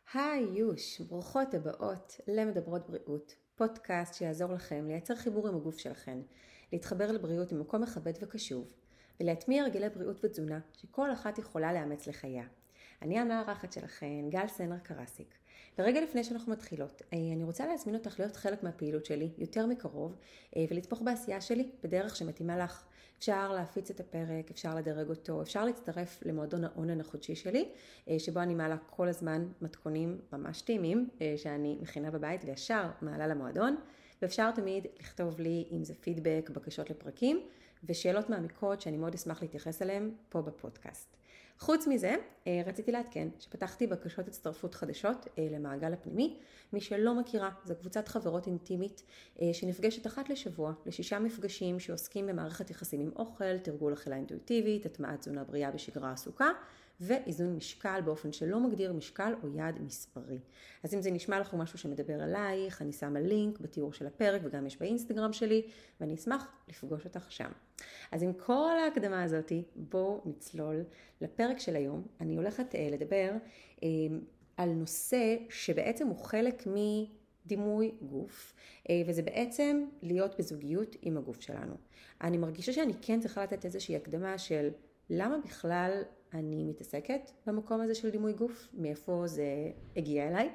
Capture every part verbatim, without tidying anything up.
היי יוש, ברוכות הבאות למדברות בריאות, פודקאסט שיעזור לכם לייצר חיבור עם הגוף שלכם, להתחבר לבריאות ממקום מכבד וקשוב, ולהטמיע הרגלי בריאות ותזונה שכל אחת יכולה לאמץ לחייה. אני המארחת שלכם, גל סנר קרסיק. ורגע לפני שאנחנו מתחילות, אני רוצה להזמין אותך להיות חלק מהפעילות שלי, יותר מקרוב, ולתמוך בעשייה שלי בדרך שמתאימה לך. אפשר להפיץ את הפרק, אפשר לדרג אותו, אפשר להצטרף למועדון האונליין החודשי שלי, שבו אני מעלה כל הזמן מתכונים ממש טעימים, שאני מכינה בבית וישר מעלה למועדון, ואפשר תמיד לכתוב לי אם זה פידבק, בקשות לפרקים, ושאלות מעמיקות שאני מאוד אשמח להתייחס אליהן פה בפודקאסט. חוץ מזה, רציתי לעדכן שפתחתי בקשות הצטרפות חדשות למעגל הפנימי. מי שלא מכירה, זו קבוצת חברות אינטימית שנפגשת אחת לשבוע לשישה מפגשים שעוסקים במערכת יחסים עם אוכל, תרגול אכילה אינטואיטיבית, הטמעת תזונה בריאה בשגרה עסוקה, ואיזון משקל באופן שלא מגדיר משקל או יעד מספרי. אז אם זה נשמע לכם משהו שמדבר עלייך, אני שמה לינק בתיאור של הפרק וגם יש באינסטגרם שלי, ואני אשמח לפגוש אותך שם. אז עם כל ההקדמה הזאת, בואו נצלול לפרק של היום. אני הולכת לדבר על נושא שבעצם הוא חלק מדימוי גוף, וזה בעצם להיות בזוגיות עם הגוף שלנו. אני מרגישה שאני כן צריכה לתת איזושהי הקדמה של למה בכלל אני מתעסקת במקום הזה של דימוי גוף, מאיפה זה הגיע אליי.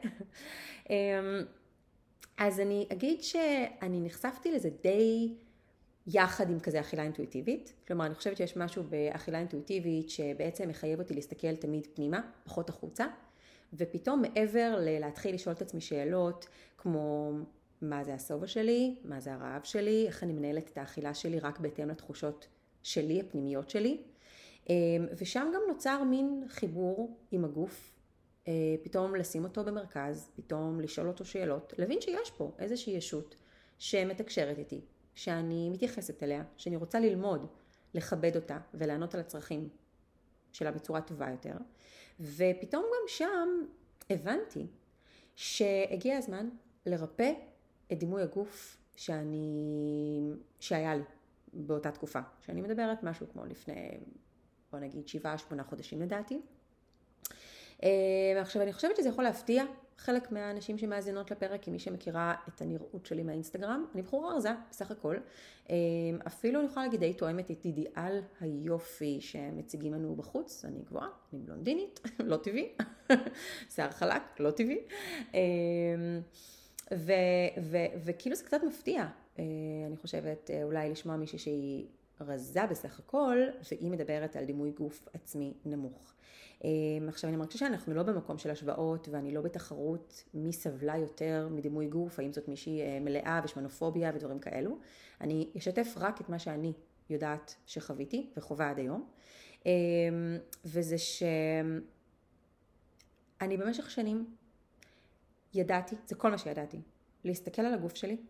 אז אני אגיד שאני נחשפתי לזה די יחד עם כזה אכילה אינטואיטיבית. כלומר, אני חושבת שיש משהו באכילה אינטואיטיבית שבעצם מחייב אותי להסתכל תמיד פנימה, פחות החוצה, ופתאום מעבר להתחיל לשאול את עצמי שאלות כמו מה זה הסובה שלי, מה זה הרעב שלי, איך אני מנהלת את האכילה שלי רק בהתאם לתחושות שלי, הפנימיות שלי. ושם גם נוצר מין חיבור עם הגוף, פתאום לשים אותו במרכז, פתאום לשאול אותו שאלות, להבין שיש פה איזושהי ישות שמתקשרת איתי, שאני מתייחסת אליה, שאני רוצה ללמוד, לכבד אותה ולענות על הצרכים שלה בצורה טובה יותר. ופתאום גם שם הבנתי שהגיע הזמן לרפא את דימוי הגוף שאני, שהיה לי באותה תקופה. שאני מדברת משהו כמו לפני, בוא נגיד, שבעה, שמונה חודשים לדעתי. עכשיו אני חושבת שזה יכול להפתיע חלק מהאנשים שמאזינות לפרק, כי מי שמכירה את הנראות שלי מהאינסטגרם, אני בחורה רזה בסך הכל. אפילו אני יכולה להגיד, די תואמת את אידיאל היופי שמציגים לנו בחוץ. אני גבוהה, אני בלונדינית, לא טבעי, שיער חלק, לא טבעי. ו- ו- וכאילו זה קצת מפתיע, אני חושבת אולי לשמוע מישהי שהיא רזה בסך הכל, והיא מדברת על דימוי גוף עצמי נמוך. עכשיו אני מרגישה שאנחנו לא במקום של השוואות, ואני לא בתחרות מי סבלה יותר מדימוי גוף, האם זאת מישהי מלאה ושמנופוביה ודברים כאלו. אני אשתף רק את מה שאני יודעת שחוויתי וחובה עד היום. וזה שאני במשך שנים ידעתי, זה כל מה שידעתי, להסתכל על הגוף שלי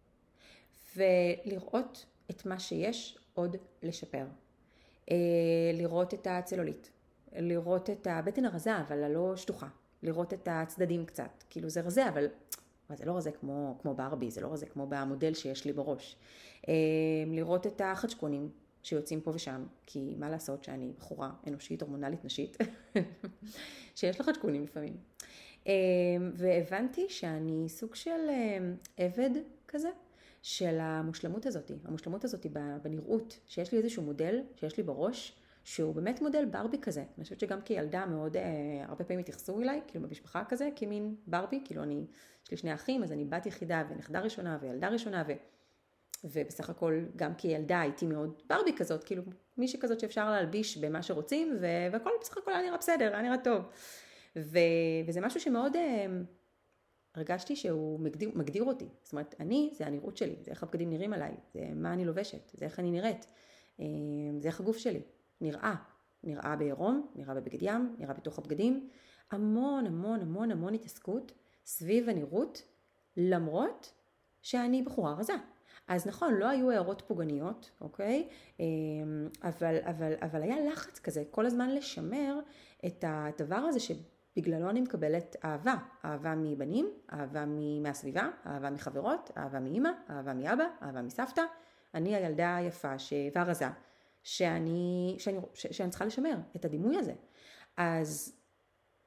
ולראות את מה שיש עוד לשפר. לראות את הצלולית. לראות את הבטן הרזה, אבל הלא שטוחה. לראות את הצדדים קצת. כאילו זה רזה, אבל זה לא רזה כמו, כמו ברבי, זה לא רזה כמו במודל שיש לי בראש. לראות את החדשקונים שיוצאים פה ושם, כי מה לעשות שאני בחורה אנושית, הורמונלית נשית, שיש לה חדשקונים לפעמים. והבנתי שאני סוג של עבד כזה, של המושלמות הזאת. המושלמות הזאת בנראות, שיש לי איזשהו מודל, שיש לי בראש, שהוא באמת מודל ברבי כזה. אני חושבת שגם כילדה מאוד, הרבה פעמים התייחסו אליי, כאילו במשפחה כזה, כמין ברבי, כאילו אני, יש לי שני אחים, אז אני בת יחידה ונכדה ראשונה וילדה ראשונה, ו, ובסך הכל גם כילדה הייתי מאוד ברבי כזאת, כאילו מישהי כזאת שאפשר להלביש במה שרוצים, ו, והכל בסך הכל היה נראה בסדר, היה נראה טוב. ו, וזה משהו שמאוד הרגשתי שהוא מגדיר, מגדיר אותי. זאת אומרת, אני, זה הנראות שלי, זה איך הבגדים נראים עליי, זה מה אני לובשת, זה איך אני נראית, זה איך הגוף שלי. נראה, נראה בעירום, נראה בבגד ים, נראה בתוך הבגדים, המון המון המון המון התעסקות סביב הנראות, למרות שאני בחורה רזה. אז נכון, לא היו הערות פוגעניות, אוקיי? אבל, אבל, אבל היה לחץ כזה, כל הזמן לשמר את הדבר הזה שבגללו אני מקבלת אהבה. אהבה מבנים, אהבה מהסביבה, אהבה מחברות, אהבה מאמא, אהבה מאבא, אהבה מסבתא. אני הילדה היפה והרזה. שאני, שאני, שאני צריכה לשמר את הדימוי הזה. אז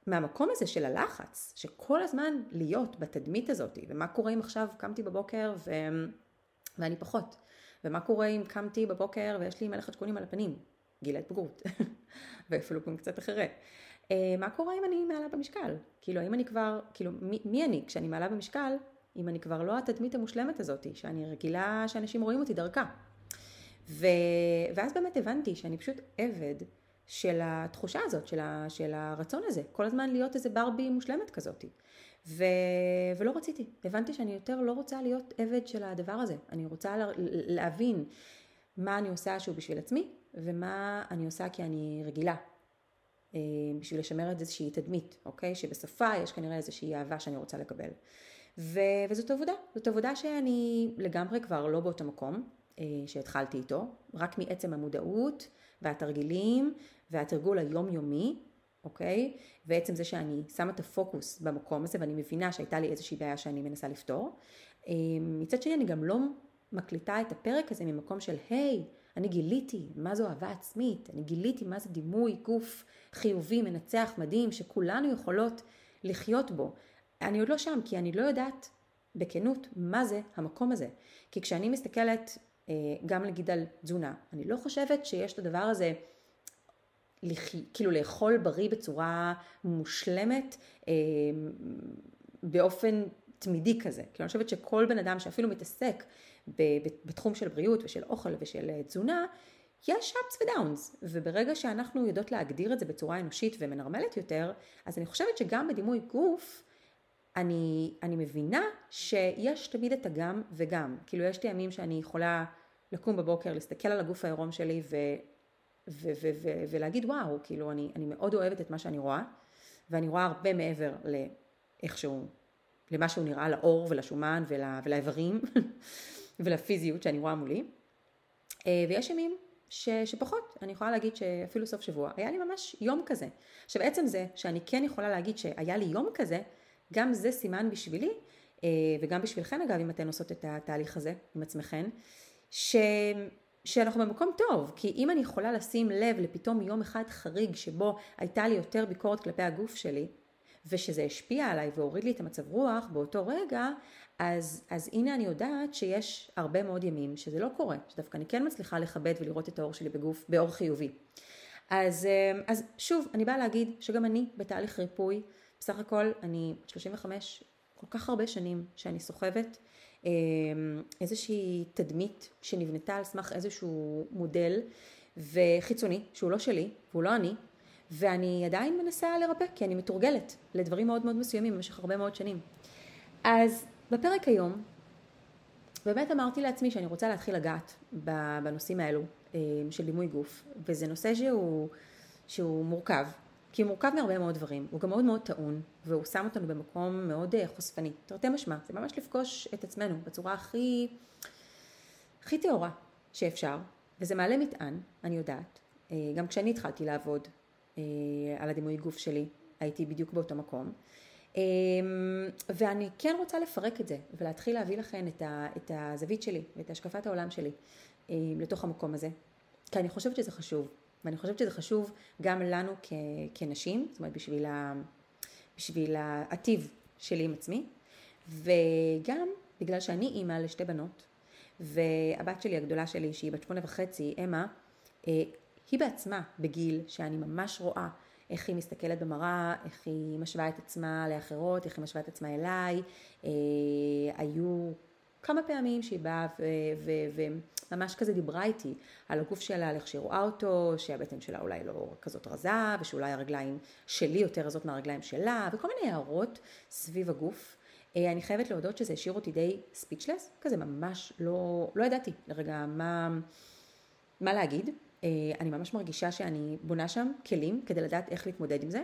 מהמקום הזה של הלחץ, שכל הזמן להיות בתדמית הזאת, ומה קורה אם עכשיו קמתי בבוקר ו... ואני פחות, ומה קורה אם קמתי בבוקר ויש לי מלך חדשקונים על הפנים, גיל ההתבגרות, ואפילו גם קצת אחרי. מה קורה אם אני מעלה במשקל? כאילו, האם אני כבר, כאילו, מי, מי אני כשאני מעלה במשקל, אם אני כבר לא התדמית המושלמת הזאת, שאני רגילה שאנשים רואים אותי דרכה. ו... ואז באמת הבנתי שאני פשוט עבד של התחושה הזאת, של, ה... של הרצון הזה, כל הזמן להיות איזה ברבי מושלמת כזאת. ו... ולא רציתי, הבנתי שאני יותר לא רוצה להיות עבד של הדבר הזה. אני רוצה לה... להבין מה אני עושה שהוא בשביל עצמי, ומה אני עושה כי אני רגילה. בשביל לשמר את איזושהי תדמית, אוקיי? שבסופה יש כנראה איזושהי אהבה שאני רוצה לקבל. ו... וזאת עבודה, זאת עבודה שאני לגמרי כבר לא באותו מקום שהתחלתי איתו, רק מעצם המודעות והתרגילים והתרגול היומיומי, אוקיי? ועצם זה שאני שמה את הפוקוס במקום הזה, ואני מבינה שהייתה לי איזושהי בעיה שאני מנסה לפתור. מצד שני, אני גם לא מקליטה את הפרק הזה ממקום של, היי, אני גיליתי מה זו אהבה עצמית, אני גיליתי מה זה דימוי גוף חיובי, מנצח, מדהים, שכולנו יכולות לחיות בו. אני עוד לא שם, כי אני לא יודעת בכנות מה זה המקום הזה. כי כשאני מסתכלת גם להגיד על תזונה, אני לא חושבת שיש את הדבר הזה, כאילו לאכול בריא בצורה מושלמת, באופן תמידי כזה. כי אני חושבת שכל בן אדם שאפילו מתעסק בתחום של בריאות ושל אוכל ושל תזונה, יש ups ודאונס, וברגע שאנחנו יודעות להגדיר את זה בצורה אנושית ומנרמלת יותר, אז אני חושבת שגם בדימוי גוף, אני, אני מבינה שיש תמיד את הגם וגם. כאילו יש לי ימים שאני יכולה לקום בבוקר, להסתכל על הגוף העירום שלי ו, ו, ו, ו, ולהגיד וואו, כאילו אני, אני מאוד אוהבת את מה שאני רואה, ואני רואה הרבה מעבר לאיכשהו, למה שהוא נראה לאור ולשומן ול, ולאיברים ולפיזיות שאני רואה מולי. ויש ימים ש, שפחות, אני יכולה להגיד שאפילו סוף שבוע, היה לי ממש יום כזה. עכשיו בעצם זה שאני כן יכולה להגיד שהיה לי יום כזה, גם זה סימן בשבילי, וגם בשבילכן אגב, אם אתן עושות את התהליך הזה עם עצמכן, ש, שאנחנו במקום טוב, כי אם אני יכולה לשים לב לפתאום יום אחד חריג שבו הייתה לי יותר ביקורת כלפי הגוף שלי, ושזה השפיע עליי והוריד לי את המצב רוח באותו רגע, אז, אז הנה אני יודעת שיש הרבה מאוד ימים שזה לא קורה, שדווקא אני כן מצליחה לכבד ולראות את האור שלי בגוף, באור חיובי. אז, אז שוב, אני באה להגיד שגם אני בתהליך ריפוי, בסך הכל אני שלושים וחמש, כל כך הרבה שנים שאני סוחבת, איזושהי תדמית שנבנתה על סמך איזשהו מודל וחיצוני, שהוא לא שלי, והוא לא אני, ואני עדיין מנסה לרפא, כי אני מתורגלת לדברים מאוד מאוד מסוימים במשך הרבה מאוד שנים. אז בפרק היום, באמת אמרתי לעצמי שאני רוצה להתחיל לגעת בנושאים האלו של דימוי גוף, וזה נושא שהוא, שהוא מורכב, כי הוא מורכב מהרבה מאוד דברים, הוא גם מאוד מאוד טעון, והוא שם אותנו במקום מאוד חושפני. תרתי משמע, זה ממש לפגוש את עצמנו בצורה הכי, הכי טהורה שאפשר, וזה מעלה מטען, אני יודעת. גם כשאני התחלתי לעבוד על הדימוי גוף שלי, הייתי בדיוק באותו מקום. ואני כן רוצה לפרק את זה, ולהתחיל להביא לכם את, ה, את הזווית שלי, ואת השקפת העולם שלי, לתוך המקום הזה. כי אני חושבת שזה חשוב. ואני חושבת שזה חשוב גם לנו כ, כנשים, זאת אומרת בשביל, ה, בשביל העתיב שלי עם עצמי, וגם בגלל שאני אימא לשתי בנות, והבת שלי הגדולה שלי, שהיא בת שמונה וחצי, אמה, היא בעצמה בגיל שאני ממש רואה איך היא מסתכלת במראה, איך היא משווה את עצמה לאחרות, איך היא משווה את עצמה אליי. היו כמה פעמים שהיא באה וממש כזה דיברה איתי על הגוף שלה, על איך שהיא רואה אותו, שהבטן שלה אולי לא כזאת רזה, ושאולי הרגליים שלי יותר רזות מהרגליים שלה, וכל מיני הערות סביב הגוף. אני חייבת להודות שזה השאיר אותי די ספיצ'לס, כזה ממש לא, לא ידעתי לרגע מה, מה להגיד. אני ממש מרגישה שאני בונה שם כלים כדי לדעת איך להתמודד עם זה.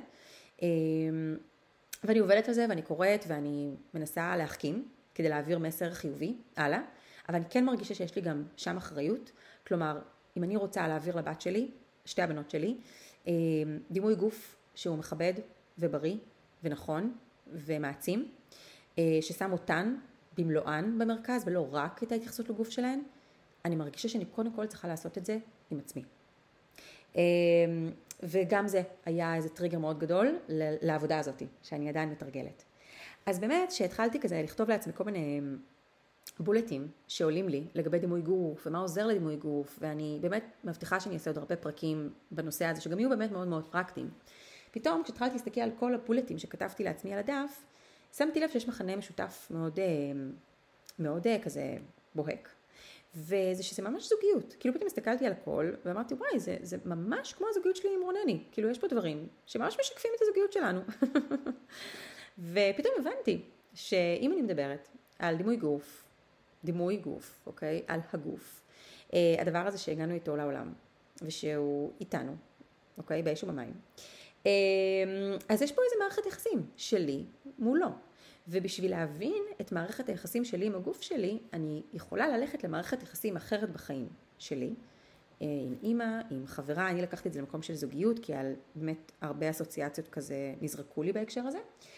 ואני עובדת על זה ואני קוראת ואני מנסה להחכים כדי להעביר מסר חיובי הלאה. אבל אני כן מרגישה שיש לי גם שם אחריות. כלומר, אם אני רוצה להעביר לבת שלי, שתי הבנות שלי, דימוי גוף שהוא מכבד ובריא ונכון ומעצים, ששם אותן במלואן במרכז ולא רק את ההתייחסות לגוף שלהן, אני מרגישה שאני קודם כל צריכה לעשות את זה עם עצמי. וגם זה היה איזה טריגר מאוד גדול לעבודה הזאת, שאני עדיין מתרגלת. אז באמת, שהתחלתי כזה לכתוב לעצמי כל מיני בולטים שעולים לי לגבי דימוי גוף, ומה עוזר לדימוי גוף, ואני באמת מבטיחה שאני אעשה עוד הרבה פרקים בנושא הזה, שגם יהיו באמת מאוד מאוד פרקטיים. פתאום, כשהתחלתי להסתכל על כל הבולטים שכתבתי לעצמי על הדף, שמתי לב שיש מכנה משותף מאוד, מאוד כזה בוהק. וזה שזה ממש זוגיות. כאילו פתאום הסתכלתי על הכל, ואמרתי, וואי, זה, זה ממש כמו הזוגיות שלי עם רונני. כאילו יש פה דברים שממש משקפים את הזוגיות שלנו. ופתאום הבנתי שאם אני מדברת על דימוי גוף, דימוי גוף, אוקיי? על הגוף. הדבר הזה שהגענו איתו לעולם, ושהוא איתנו, אוקיי? באש ובמים. אז יש פה איזה מערכת יחסים שלי מולו. ובשביל להבין את מערכת היחסים שלי עם הגוף שלי, אני יכולה ללכת למערכת יחסים אחרת בחיים שלי, עם אמא, עם חברה, אני לקחתי את זה למקום של זוגיות, כי על באמת הרבה אסוציאציות כזה נזרקו לי בהקשר הזה.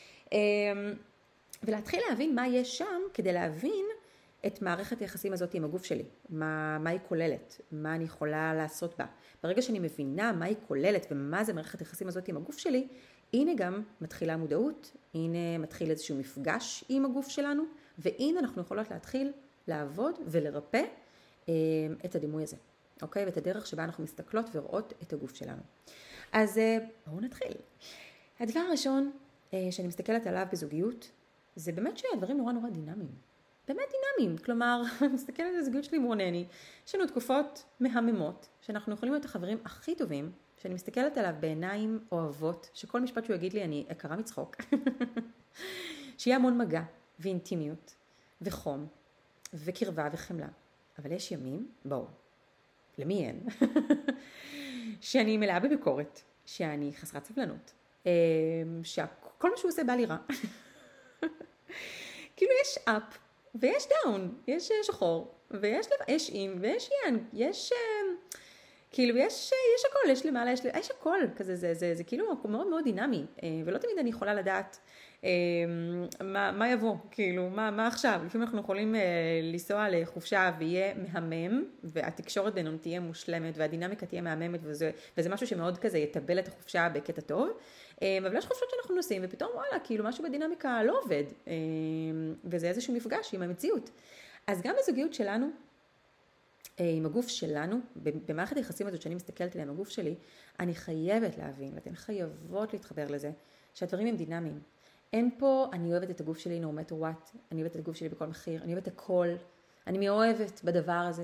ולהתחיל להבין מה יש שם, כדי להבין את מערכת היחסים הזאת עם הגוף שלי, מה, מה היא כוללת, מה אני יכולה לעשות בה. ברגע שאני מבינה מה היא כוללת ומה זה מערכת היחסים הזאת עם הגוף שלי, הנה גם מתחילה מודעות, הנה מתחיל איזשהו מפגש עם הגוף שלנו, והנה אנחנו יכולות להתחיל לעבוד ולרפא אה, את הדימוי הזה, אוקיי? ואת הדרך שבה אנחנו מסתכלות ורואות את הגוף שלנו. אז אה, בואו נתחיל. הדבר הראשון אה, שאני מסתכלת עליו בזוגיות, זה באמת שהדברים נורא נורא דינמיים. באמת דינמיים, כלומר, אני מסתכלת על הזוגיות שלי עם רונני, יש לנו תקופות מהממות, שאנחנו יכולים להיות החברים הכי טובים, שאני מסתכלת עליו בעיניים אוהבות, שכל משפט שהוא יגיד לי אני אקרה מצחוק, שיהיה המון מגע ואינטימיות וחום וקרבה וחמלה. אבל יש ימים, בואו, למי אין? שאני מלאה בביקורת, שאני חסרת סבלנות, שכל מה שהוא עושה בא לי רע. כאילו יש אפ ויש דאון, יש שחור ויש יש אין ויש ין, יש... כאילו יש, יש הכל, יש למעלה, יש, יש הכל כזה, זה, זה, זה כאילו מאוד מאוד דינמי, ולא תמיד אני יכולה לדעת מה, מה יבוא, כאילו, מה, מה עכשיו? לפעמים אנחנו יכולים לנסוע לחופשה ויהיה מהמם, והתקשורת בינינו תהיה מושלמת, והדינמיקה תהיה מהממת, וזה, וזה משהו שמאוד כזה יטבל את החופשה בקטע טוב, אבל יש חופשות שאנחנו נוסעים, ופתאום וואלה, כאילו משהו בדינמיקה לא עובד, וזה איזשהו מפגש עם המציאות. אז גם בזוגיות שלנו, עם הגוף שלנו, במערכת היחסים הזאת שאני מסתכלת עליהם, הגוף שלי, אני חייבת להבין, ואתן חייבות להתחבר לזה, שהדברים הם דינמיים. אין פה, אני אוהבת את הגוף שלי no matter what, אני אוהבת את הגוף שלי בכל מחיר, אני אוהבת הכל, אני מאוהבת בדבר הזה.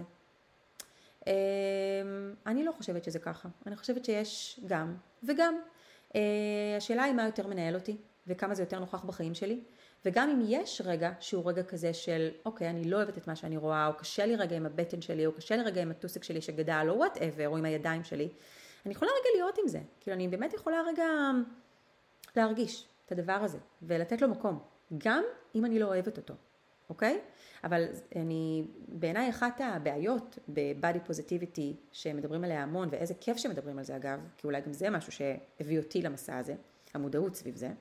אני לא חושבת שזה ככה, אני חושבת שיש גם וגם. השאלה היא מה יותר מנהל אותי, וכמה זה יותר נוכח בחיים שלי, וגם אם יש רגע שהוא רגע כזה של, אוקיי, אני לא אוהבת את מה שאני רואה, או קשה לי רגע עם הבטן שלי, או קשה לי רגע עם הטוסק שלי שגדל, או whatever, או עם הידיים שלי, אני יכולה רגע להיות עם זה. כאילו, אני באמת יכולה רגע להרגיש את הדבר הזה, ולתת לו מקום, גם אם אני לא אוהבת אותו, אוקיי? אבל אני, בעיניי אחת הבעיות ב-body positivity שמדברים עליה המון, ואיזה כיף שמדברים על זה אגב, כי אולי גם זה משהו שהביא אותי למסע הזה, המודעות סביב זה,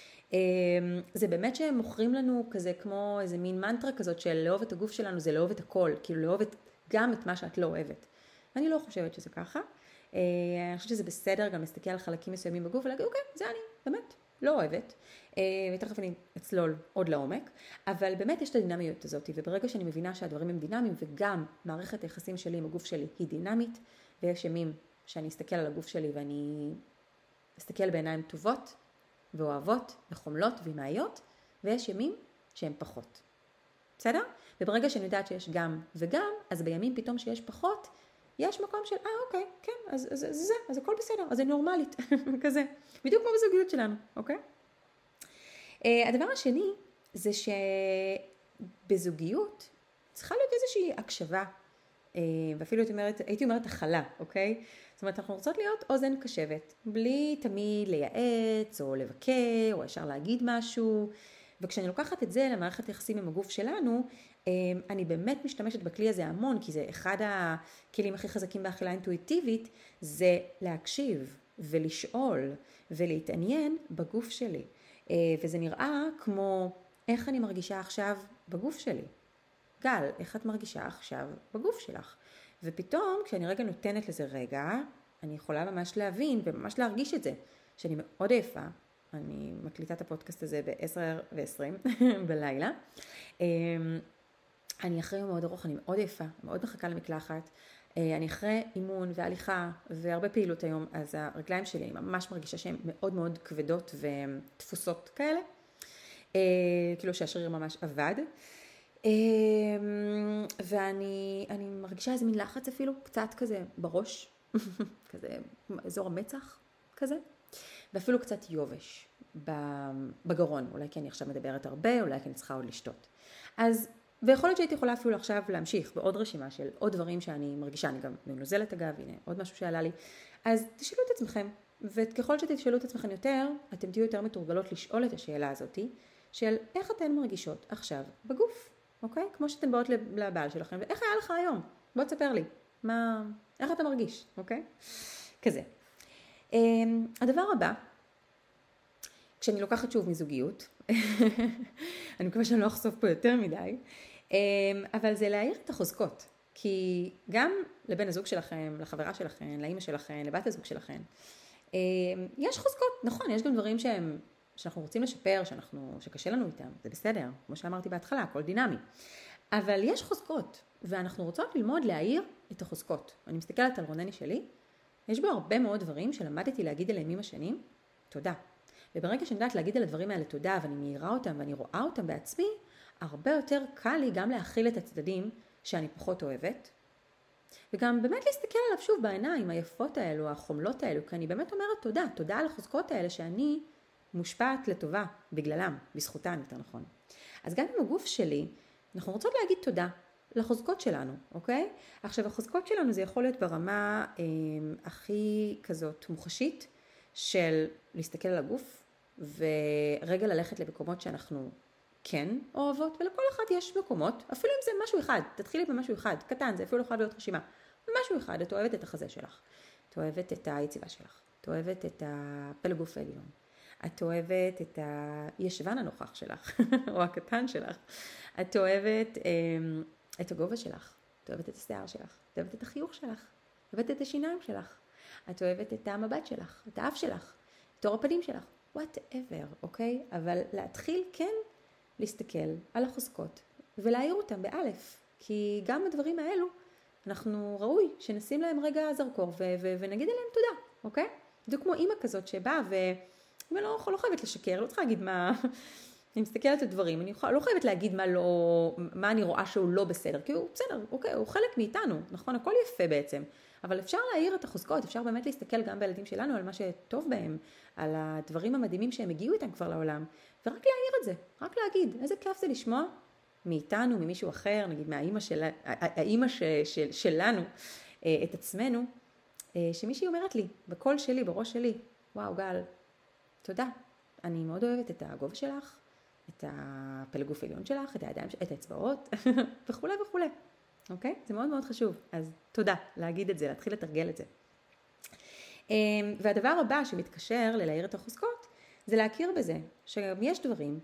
זה באמת שהם מוכרים לנו כזה כמו איזה מין מנטרה כזאת של לאהוב את הגוף שלנו זה לאהוב את הכל, כאילו לאהוב את, גם את מה שאת לא אוהבת. אני לא חושבת שזה ככה. אני חושבת שזה בסדר גם להסתכל על חלקים מסוימים בגוף ולהגיד אוקיי, זה אני, באמת, לא אוהבת. ותכף אני אצלול עוד לעומק, אבל באמת יש את הדינמיות הזאת, וברגע שאני מבינה שהדברים הם דינמיים וגם מערכת היחסים שלי עם הגוף שלי היא דינמית, ויש ימים שאני אסתכל על הגוף שלי ואני אסתכל בעיניים טובות, ואוהבות, וחומלות ואימהיות, ויש ימים שהם פחות. בסדר? וברגע שאני יודעת שיש גם וגם, אז בימים פתאום שיש פחות, יש מקום של, אה, אוקיי, כן, אז, אז, אז זה, אז הכל בסדר, אז זה נורמלית, כזה. בדיוק כמו בזוגיות שלנו, אוקיי? Uh, הדבר השני, זה שבזוגיות צריכה להיות איזושהי הקשבה, uh, ואפילו הייתי אומרת, הייתי אומרת החלה, אוקיי? זאת אומרת, אנחנו רוצות להיות אוזן קשבת, בלי תמיד לייעץ או לבקר או ישר להגיד משהו, וכשאני לוקחת את זה למערכת יחסים עם הגוף שלנו, אני באמת משתמשת בכלי הזה המון, כי זה אחד הכלים הכי חזקים באכילה אינטואיטיבית, זה להקשיב ולשאול ולהתעניין בגוף שלי. וזה נראה כמו איך אני מרגישה עכשיו בגוף שלי. גל, איך את מרגישה עכשיו בגוף שלך? ופתאום כשאני רגע נותנת לזה רגע, אני יכולה ממש להבין וממש להרגיש את זה, שאני מאוד עייפה, אני מקליטה את הפודקאסט הזה ב-עשר ועשרים בלילה, אני אחרי יום מאוד ארוך, אני מאוד עייפה, מאוד מחכה למקלחת, אני אחרי אימון והליכה והרבה פעילות היום, אז הרגליים שלי, אני ממש מרגישה שהן מאוד מאוד כבדות ותפוסות כאלה, כאילו שהשריר ממש עבד, ואני אני מרגישה איזה מין לחץ אפילו, קצת כזה בראש, כזה אזור המצח כזה, ואפילו קצת יובש בגרון, אולי כי אני עכשיו מדברת הרבה, אולי כי אני צריכה עוד לשתות. אז, ויכול להיות שהייתי יכולה אפילו עכשיו להמשיך בעוד רשימה של עוד דברים שאני מרגישה, אני גם מנוזלת אגב, הנה עוד משהו שעלה לי, אז תשאלו את עצמכם, וככל שתשאלו את עצמכם יותר, אתם תהיו יותר מתורגלות לשאול את השאלה הזאת, של איך אתן מרגישות עכשיו בגוף, אוקיי? כמו שאתן באות לבעל שלכם, ואיך היה לך היום? בוא תספר לי, מה, איך אתה מרגיש, אוקיי? כזה. הדבר הבא, כשאני לוקחת שוב מזוגיות, אני מקווה שאני לא אחשוף פה יותר מדי, אבל זה להעיר את החוזקות, כי גם לבן הזוג שלכם, לחברה שלכם, לאמא שלכם, לבת הזוג שלכם, יש חוזקות, נכון, יש גם דברים שהם, שאנחנו רוצים לשפר, שאנחנו, שקשה לנו איתם, זה בסדר, כמו שאמרתי בהתחלה, הכל דינמי, אבל יש חוזקות, ואנחנו רוצות ללמוד להעיר את החוזקות. אני מסתכלת על רונני שלי, יש בו הרבה מאוד דברים שלמדתי להגיד עליהם עם השנים, תודה. וברגע שאני יודעת להגיד על הדברים האלה תודה, ואני מהירה אותם ואני רואה אותם בעצמי, הרבה יותר קל לי גם להכיל את הצדדים שאני פחות אוהבת, וגם באמת להסתכל עליו שוב בעיניים היפות האלו, החומלות האלו, כי אני באמת אומרת תודה, תודה על החוזקות האלה שאני מושפעת לטובה בגללם, בזכותן יותר נכון. אז גם עם הגוף שלי, אנחנו רוצות להגיד תודה לחוזקות שלנו, אוקיי? עכשיו החוזקות שלנו זה יכול להיות ברמה אה, הכי כזאת מוחשית, של להסתכל על הגוף, ורגע ללכת למקומות שאנחנו כן אוהבות, ולכל אחד יש מקומות, אפילו אם זה משהו אחד, תתחילי במשהו אחד, קטן, זה אפילו לא יכול להיות רשימה, משהו אחד, את אוהבת את החזה שלך, את אוהבת את היציבה שלך, את אוהבת את הפלג גוף העליון, את אוהבת את הישבן הנוכח שלך, או הקטן שלך, את אוהבת um, את הגובה שלך, את אוהבת את השיער שלך, את אוהבת את החיוך שלך, את אוהבת את השיניים שלך, את אוהבת את המבט שלך, את האף שלך, את אור הפנים שלך, whatever, אוקיי? אבל להתחיל כן להסתכל על החוזקות ולהעיר אותם באלף, כי גם הדברים האלו אנחנו ראוי שנשים להם רגע זרקור ו- ו- ונגיד עליהם תודה, אוקיי? זה כמו אימא כזאת שבאה ואימא לא, לא חייבת לשקר, לא צריכה להגיד מה, אני מסתכלת על דברים, אני לא חייבת להגיד מה, לא, מה אני רואה שהוא לא בסדר, כי הוא בסדר, אוקיי, הוא חלק מאיתנו, נכון? הכל יפה בעצם. אבל אפשר להעיר את החוזקות, אפשר באמת להסתכל גם בילדים שלנו על מה שטוב בהם, על הדברים המדהימים שהם הגיעו איתם כבר לעולם, ורק להעיר את זה, רק להגיד, איזה כיף זה לשמוע מאיתנו, ממישהו אחר, נגיד מהאימא של, האימא ש, של, שלנו, את עצמנו, שמישהי אומרת לי, בקול שלי, בראש שלי, וואו גל, תודה, אני מאוד אוהבת את הגובה שלך, את הפלג גוף העליון שלך, את הידיים, את האצבעות, וכו' וכו'. אוקיי? זה מאוד מאוד חשוב. אז תודה להגיד את זה, להתחיל לתרגל את זה. והדבר הבא שמתקשר ללהעיר את החוזקות, זה להכיר בזה, שגם יש דברים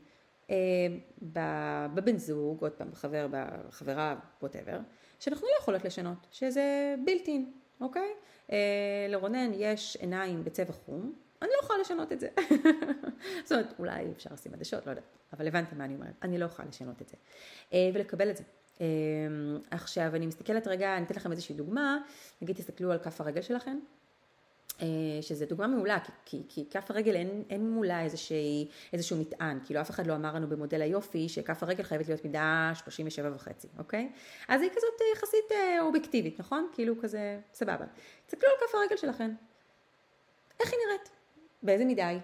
בבן זוג, עוד פעם, בחבר, בחברה, whatever, שאנחנו לא יכולות לשנות, שזה בילטין, אוקיי? לרונן יש עיניים בצבע חום, אני לא יכולה לשנות את זה. זאת אומרת, אולי אפשר לשים עדשות, לא יודעת, אבל הבנתם מה אני אומרת, אני לא יכולה לשנות את זה. ולקבל את זה. עכשיו, אני מסתכלת רגע, אני אתן לכם איזושהי דוגמה, נגיד תסתכלו על כף הרגל שלכם, שזה דוגמה מעולה, כי, כי, כי כף הרגל אין, אין מולה איזושהי, איזשהו מטען, כאילו אף אחד לא אמר לנו במודל היופי שכף הרגל חייבת להיות מידה שלושים ושבע וחצי, אוקיי? אז היא כזאת יחסית אובייקטיבית, נכון? כאילו כזה סבבה. תסתכלו על כף הרגל שלכם. איך היא נראית? באיזה מידה היא?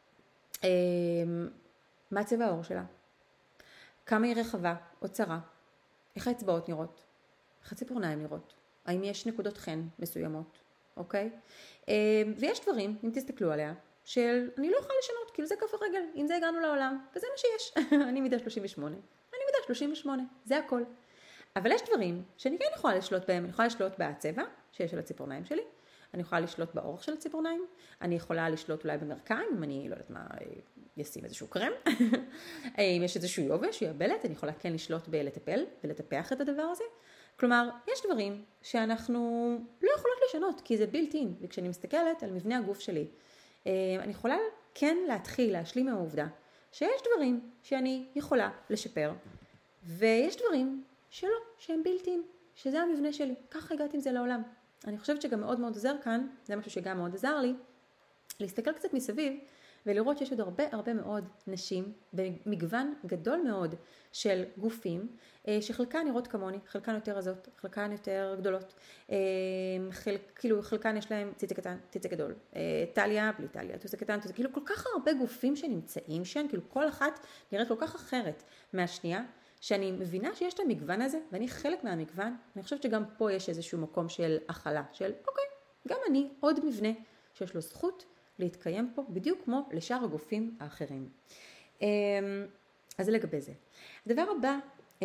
מה צבע העור שלה? כמה היא רחבה או צרה? איך האצבעות נראות? איך הציפורניים נראות? האם יש נקודות חן מסוימות? אוקיי? ויש דברים, אם תסתכלו עליה, של אני לא יכולה לשנות, כאילו זה כף הרגל, עם זה הגענו לעולם, וזה מה שיש. אני מידה שלושים ושמונה, אני מידה שלושים ושמונה, זה הכל. אבל יש דברים שאני כן יכולה לשלוט בהם, אני יכולה לשלוט בצבע שיש על הציפורניים שלי, אני יכולה לשלוט באורך של הציפורניים, אני יכולה לשלוט אולי במרכיים, אם אני לא יודעת מה, ישים איזשהו קרם, אם יש איזשהו יובש, יבלת, אני יכולה כן לשלוט בלטפל ולטפח את הדבר הזה. כלומר, יש דברים שאנחנו לא יכולות לשנות, כי זה built in, וכשאני מסתכלת על מבנה הגוף שלי, אני יכולה כן להתחיל להשלים מהעובדה, שיש דברים שאני יכולה לשפר, ויש דברים שלא, שהם built in, שזה המבנה שלי, ככה הגעתי עם זה לעולם. אני חושבת שגם מאוד מאוד עוזר כאן, זה משהו שגם מאוד עזר לי, להסתכל קצת מסביב, ולראות שיש עוד הרבה הרבה מאוד נשים, במגוון גדול מאוד של גופים, שחלקן נראות כמוני, חלקן יותר רזות, חלקן יותר גדולות, חלק, כאילו חלקן יש להם ציצי קטן, ציצי גדול, טליה בלי טליה, ציצי קטן, ציצי, כאילו כל כך הרבה גופים שנמצאים שם, כאילו כל אחת נראית כל כך אחרת מהשנייה, שאני מבינה שיש את המגוון הזה, ואני חלק מהמגוון, אני חושבת שגם פה יש איזשהו מקום של הכלה, של אוקיי, גם אני עוד מבנה שיש לו זכות להתקיים פה, בדיוק כמו לשאר הגופים האחרים. אז זה לגבי זה. הדבר הבא,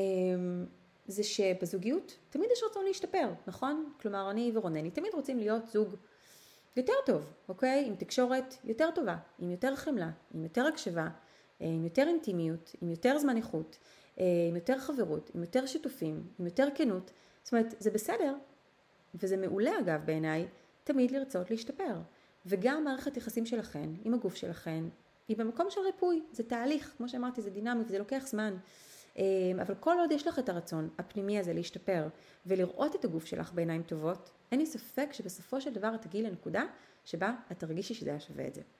זה שבזוגיות תמיד יש רצון להשתפר, נכון? כלומר, אני ורונני תמיד רוצים להיות זוג יותר טוב, אוקיי? עם תקשורת יותר טובה, עם יותר חמלה, עם יותר הקשבה, עם יותר אינטימיות, עם יותר זמן איכות, עם יותר חברות, עם יותר שיתופים, עם יותר כנות. זאת אומרת, זה בסדר, וזה מעולה אגב בעיניי, תמיד לרצות להשתפר. וגם מערכת יחסים שלכן, עם הגוף שלכן, היא במקום של ריפוי, זה תהליך, כמו שאמרתי, זה דינמי וזה לוקח זמן. אבל כל עוד יש לך את הרצון הפנימי הזה להשתפר, ולראות את הגוף שלך בעיניים טובות, אין לי ספק שבסופו של דבר את תגיעי לנקודה שבה את תרגישי שזה היה שווה את זה.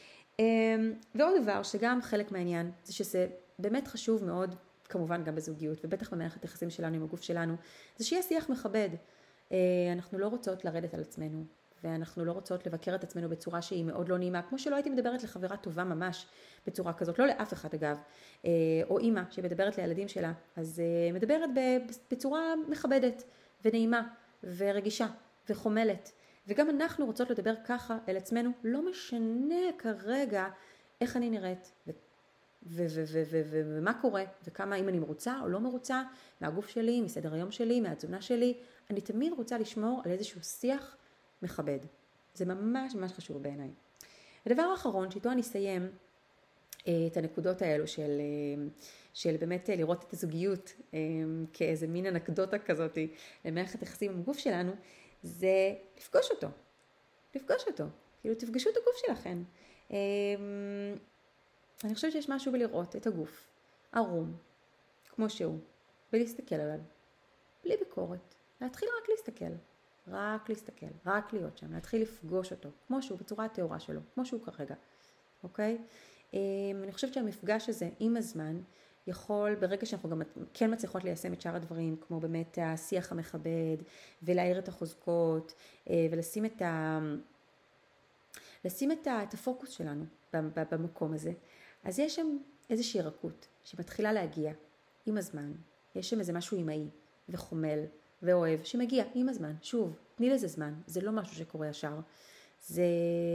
ועוד דבר שגם חלק מהעניין, זה שזה באמת חשוב מאוד, כמובן גם בזוגיות, ובטח במערכת יחסים שלנו עם הגוף שלנו, זה שיהיה שיח מכבד. אנחנו לא רוצות לרדת על עצמנו, ואנחנו לא רוצות לבקר את עצמנו בצורה שהיא מאוד לא נעימה, כמו שלא הייתי מדברת לחברה טובה ממש בצורה כזאת, לא לאף אחד אגב, או אימא שמדברת לילדים שלה, אז מדברת בצורה מכבדת ונעימה ורגישה וחומלת, וגם אנחנו רוצות לדבר ככה אל עצמנו, לא משנה כרגע איך אני נראית ומה קורה, וכמה אם אני מרוצה או לא מרוצה מהגוף שלי, מסדר היום שלי, מהתזונה שלי, אני תמיד רוצה לשמור על איזשהו שיח מכבד. זה ממש ממש חשוב בעיניי. הדבר האחרון שאיתו אני אסיים את הנקודות האלו של, של באמת לראות את הזוגיות כאיזה מין אנקדוטה כזאת למערכת יחסים עם הגוף שלנו, זה לפגוש אותו. לפגוש אותו. כאילו תפגשו את הגוף שלכם. אני חושבת שיש משהו בלראות את הגוף ערום, כמו שהוא, ולהסתכל עליו, בלי ביקורת. להתחיל רק להסתכל. רק להסתכל, רק להיות שם, להתחיל לפגוש אותו, כמו שהוא, בצורה התאורה שלו, כמו שהוא כרגע, אוקיי? אני חושבת שהמפגש הזה עם הזמן יכול, ברגע שאנחנו גם כן מצליחות ליישם את שאר הדברים, כמו באמת השיח המכבד, ולהאיר את החוזקות, ולשים את ה... לשים את, ה... את הפוקוס שלנו במקום הזה, אז יש שם איזושהי רכות שמתחילה להגיע עם הזמן, יש שם איזה משהו אימהי וחומל, ואוהב, שמגיע עם הזמן. שוב, תני לזה זמן. זה לא משהו שקורה ישר. זה,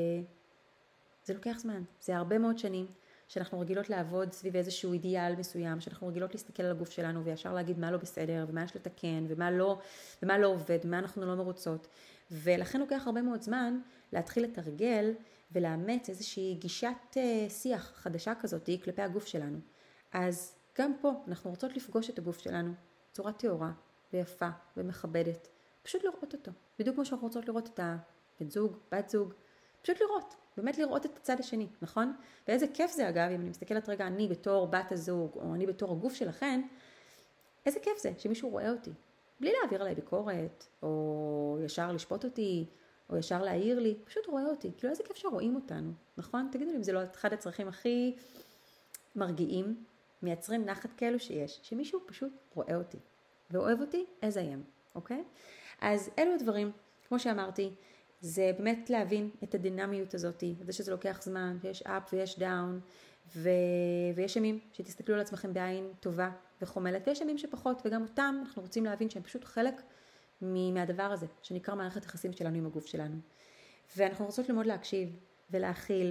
זה לוקח זמן. זה הרבה מאוד שנים שאנחנו רגילות לעבוד סביב איזשהו אידיאל מסוים, שאנחנו רגילות להסתכל על הגוף שלנו וישר להגיד מה לא בסדר, ומה יש לתקן, ומה לא, ומה לא עובד, ומה אנחנו לא מרוצות. ולכן לוקח הרבה מאוד זמן להתחיל לתרגל ולאמץ איזושהי גישת שיח חדשה כזאת כלפי הגוף שלנו. אז גם פה אנחנו רוצות לפגוש את הגוף שלנו בצורה תאורה, ויפה ומכבדת, פשוט לראות אותו. בדיוק כמו שאנחנו רוצות לראות את הבן זוג, בת זוג, פשוט לראות, באמת לראות את הצד השני, נכון? ואיזה כיף זה אגב, אם אני מסתכלת רגע, אני בתור בת הזוג, או אני בתור הגוף שלכן, איזה כיף זה שמישהו רואה אותי, בלי להעביר עליי ביקורת, או ישר לשפוט אותי, או ישר להעיר לי, פשוט רואה אותי, כאילו איזה כיף שרואים אותנו, נכון? תגידו לי אם זה לא אחד הצרכים הכי מרגיעים, מייצרים נחת כאלו שיש, שמישהו פשוט רואה אותי. ואוהב אותי, as I am, אוקיי? אז אלו הדברים, כמו שאמרתי, זה באמת להבין את הדינמיות הזאת, זה שזה לוקח זמן, שיש up ויש down, ו... ויש ימים שתסתכלו על עצמכם בעין טובה וחומלת, ויש ימים שפחות, וגם אותם אנחנו רוצים להבין שהם פשוט חלק מהדבר הזה, שנקרא מערכת יחסים שלנו עם הגוף שלנו. ואנחנו רוצות ללמוד להקשיב ולהכיל,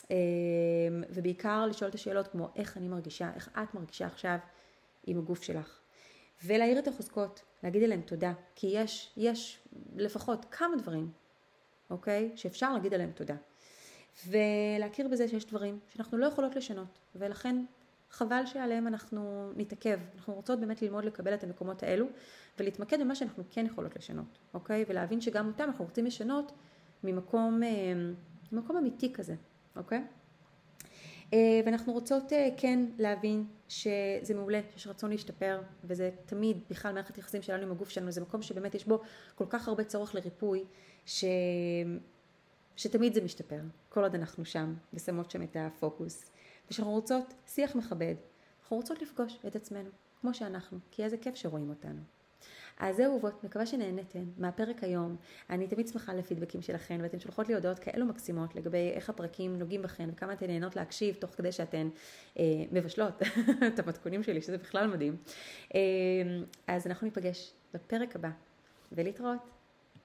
ובעיקר לשאול את השאלות כמו איך אני מרגישה, איך את מרגישה עכשיו עם הגוף שלך. ולהעיר את החוזקות, להגיד עליהם תודה, כי יש, יש לפחות כמה דברים, אוקיי? שאפשר להגיד עליהם תודה. ולהכיר בזה שיש דברים שאנחנו לא יכולות לשנות, ולכן חבל שעליהם אנחנו נתעכב. אנחנו רוצות באמת ללמוד לקבל את המקומות האלו, ולהתמקד במה שאנחנו כן יכולות לשנות, אוקיי? ולהבין שגם אותם אנחנו רוצים לשנות ממקום, ממקום אמיתי כזה, אוקיי? ואנחנו רוצות כן להבין שזה מעולה, שיש רצון להשתפר, וזה תמיד, בכלל מערכת יחסים שלנו עם הגוף שלנו, זה מקום שבאמת יש בו כל כך הרבה צורך לריפוי, ש... שתמיד זה משתפר, כל עוד אנחנו שם, ושמות שם את הפוקוס. ושאנחנו רוצות שיח מכבד, אנחנו רוצות לפגוש את עצמנו, כמו שאנחנו, כי איזה כיף שרואים אותנו. אז זהו אהובות, מקווה שנהנתן מהפרק היום. אני תמיד שמחה לפידבקים שלכן, ואתן שולחות לי הודעות כאלו מקסימות לגבי איך הפרקים נוגעים בכן, וכמה אתן נהנות להקשיב תוך כדי שאתן אה, מבשלות את המתכונים שלי, שזה בכלל מדהים. אה, אז אנחנו ניפגש בפרק הבא, ולהתראות.